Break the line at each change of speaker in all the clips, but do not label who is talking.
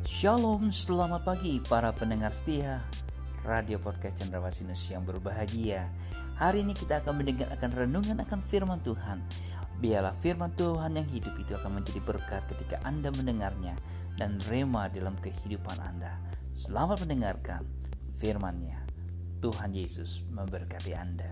Shalom, selamat pagi para pendengar setia Radio Podcast Cenderawasih yang berbahagia. Hari ini kita akan mendengar renungan akan firman Tuhan. Biarlah firman Tuhan yang hidup itu akan menjadi berkat ketika Anda mendengarnya dan rema dalam kehidupan Anda. Selamat mendengarkan firman-Nya. Tuhan Yesus memberkati Anda.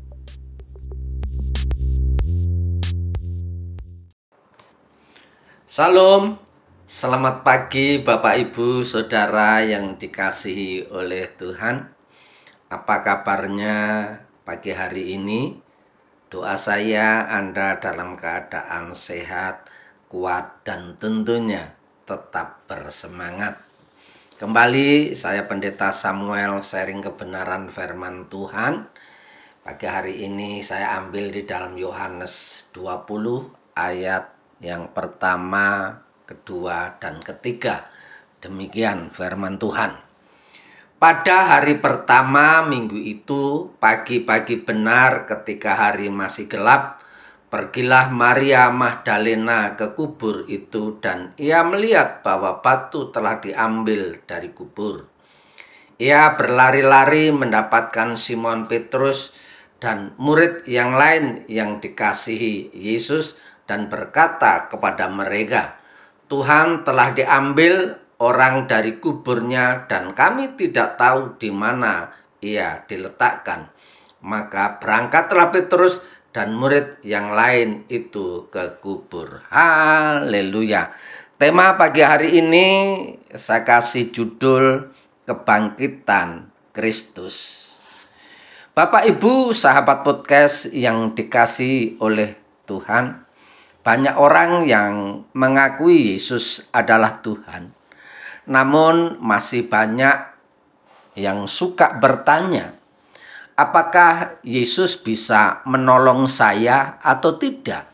Salam, selamat pagi Bapak Ibu Saudara yang dikasihi oleh Tuhan. Apa kabarnya pagi hari ini? Doa saya Anda dalam keadaan sehat, kuat, dan tentunya tetap bersemangat. Kembali saya Pendeta Samuel sharing kebenaran firman Tuhan. Pagi hari ini saya ambil di dalam Yohanes 20 ayat yang pertama, kedua, dan ketiga. Demikian firman Tuhan. Pada hari pertama minggu itu, pagi-pagi benar ketika hari masih gelap, pergilah Maria Magdalena ke kubur itu dan ia melihat bahwa batu telah diambil dari kubur. Ia berlari-lari mendapatkan Simon Petrus dan murid yang lain yang dikasihi Yesus dan berkata kepada mereka, "Tuhan telah diambil orang dari kuburnya dan kami tidak tahu di mana ia diletakkan." Maka berangkatlah Petrus dan murid yang lain itu ke kubur. Haleluya. Tema pagi hari ini saya kasih judul Kebangkitan Kristus. Bapak Ibu sahabat podcast yang dikasihi oleh Tuhan, banyak orang yang mengakui Yesus adalah Tuhan. Namun masih banyak yang suka bertanya, apakah Yesus bisa menolong saya atau tidak?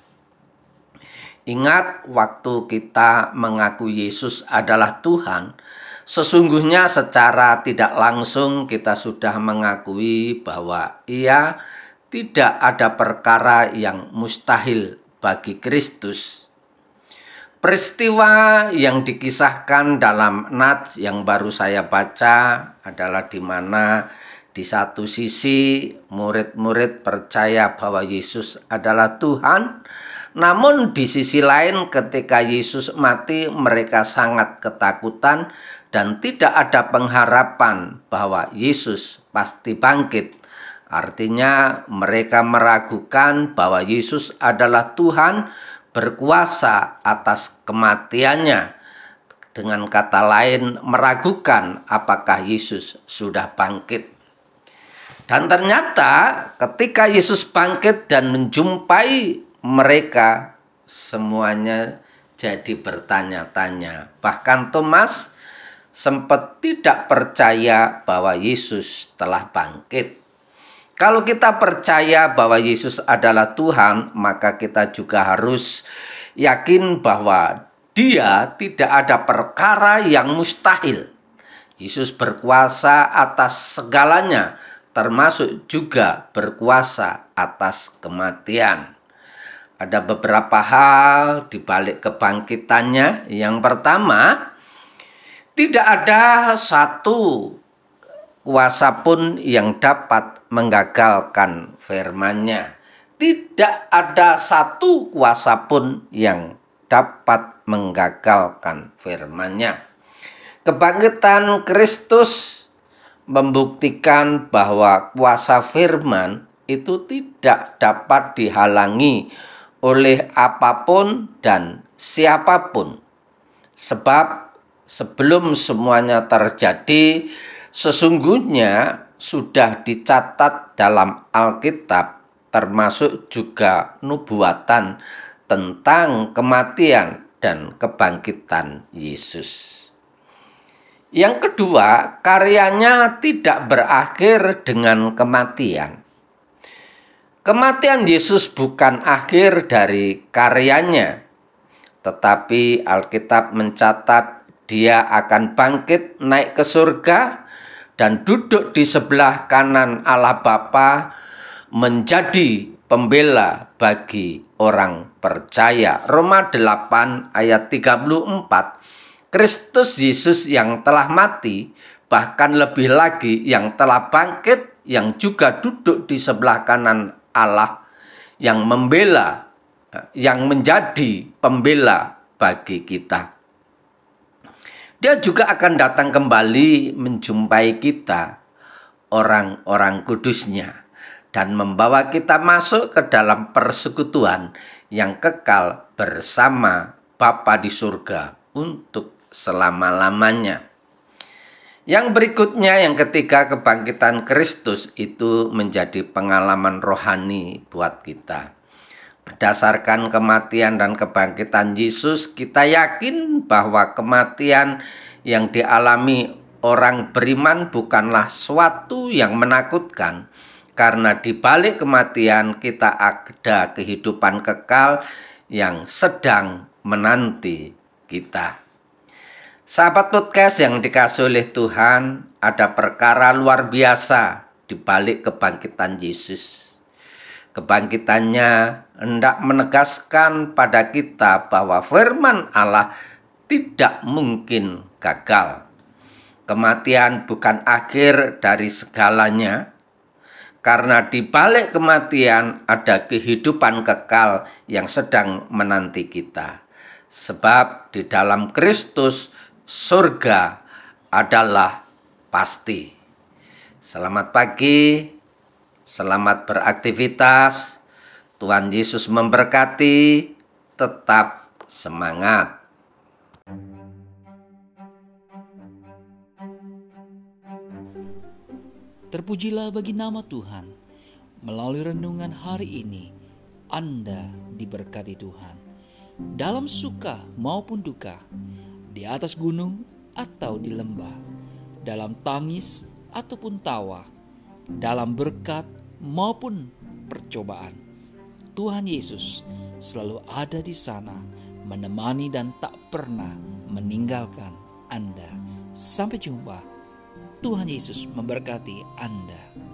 Ingat, waktu kita mengakui Yesus adalah Tuhan, sesungguhnya secara tidak langsung kita sudah mengakui bahwa Ia tidak ada perkara yang mustahil bagi Kristus. Peristiwa yang dikisahkan dalam Nats yang baru saya baca adalah di mana di satu sisi murid-murid percaya bahwa Yesus adalah Tuhan, namun di sisi lain ketika Yesus mati mereka sangat ketakutan dan tidak ada pengharapan bahwa Yesus pasti bangkit. Artinya mereka meragukan bahwa Yesus adalah Tuhan berkuasa atas kematiannya. Dengan kata lain, meragukan apakah Yesus sudah bangkit. Dan ternyata ketika Yesus bangkit dan menjumpai mereka, semuanya jadi bertanya-tanya. Bahkan Thomas sempat tidak percaya bahwa Yesus telah bangkit. Kalau kita percaya bahwa Yesus adalah Tuhan, maka kita juga harus yakin bahwa Dia tidak ada perkara yang mustahil. Yesus berkuasa atas segalanya, termasuk juga berkuasa atas kematian. Ada beberapa hal di balik kebangkitannya. Yang pertama, tidak ada satu kuasa pun yang dapat menggagalkan firman-Nya. Tidak ada satu kuasa pun yang dapat menggagalkan firman-Nya. Kebangkitan Kristus membuktikan bahwa kuasa firman itu tidak dapat dihalangi oleh apapun dan siapapun. Sebab sebelum semuanya terjadi, sesungguhnya sudah dicatat dalam Alkitab, termasuk juga nubuatan tentang kematian dan kebangkitan Yesus. Yang kedua, karyanya tidak berakhir dengan kematian. Kematian Yesus bukan akhir dari karyanya, tetapi Alkitab mencatat Dia akan bangkit naik ke surga dan duduk di sebelah kanan Allah Bapa menjadi pembela bagi orang percaya. Roma 8 ayat 34. Kristus Yesus yang telah mati, bahkan lebih lagi yang telah bangkit, yang juga duduk di sebelah kanan Allah, yang membela, yang menjadi pembela bagi kita. Dia juga akan datang kembali menjumpai kita, orang-orang kudusnya, dan membawa kita masuk ke dalam persekutuan yang kekal bersama Bapa di surga untuk selama-lamanya. Yang berikutnya, yang ketiga, kebangkitan Kristus itu menjadi pengalaman rohani buat kita. Berdasarkan kematian dan kebangkitan Yesus, kita yakin bahwa kematian yang dialami orang beriman bukanlah suatu yang menakutkan, karena di balik kematian kita ada kehidupan kekal yang sedang menanti kita. Sahabat podcast yang dikasihi oleh Tuhan, ada perkara luar biasa di balik kebangkitan Yesus. Kebangkitannya hendak menegaskan pada kita bahwa firman Allah tidak mungkin gagal. Kematian bukan akhir dari segalanya, karena di balik kematian ada kehidupan kekal yang sedang menanti kita. Sebab di dalam Kristus surga adalah pasti. Selamat pagi, selamat beraktivitas. Tuhan Yesus memberkati, tetap semangat.
Terpujilah bagi nama Tuhan. Melalui renungan hari ini, Anda diberkati Tuhan. Dalam suka maupun duka, di atas gunung atau di lembah, dalam tangis ataupun tawa, dalam berkat maupun percobaan, Tuhan Yesus selalu ada di sana, menemani dan tak pernah meninggalkan Anda. Sampai jumpa. Tuhan Yesus memberkati Anda.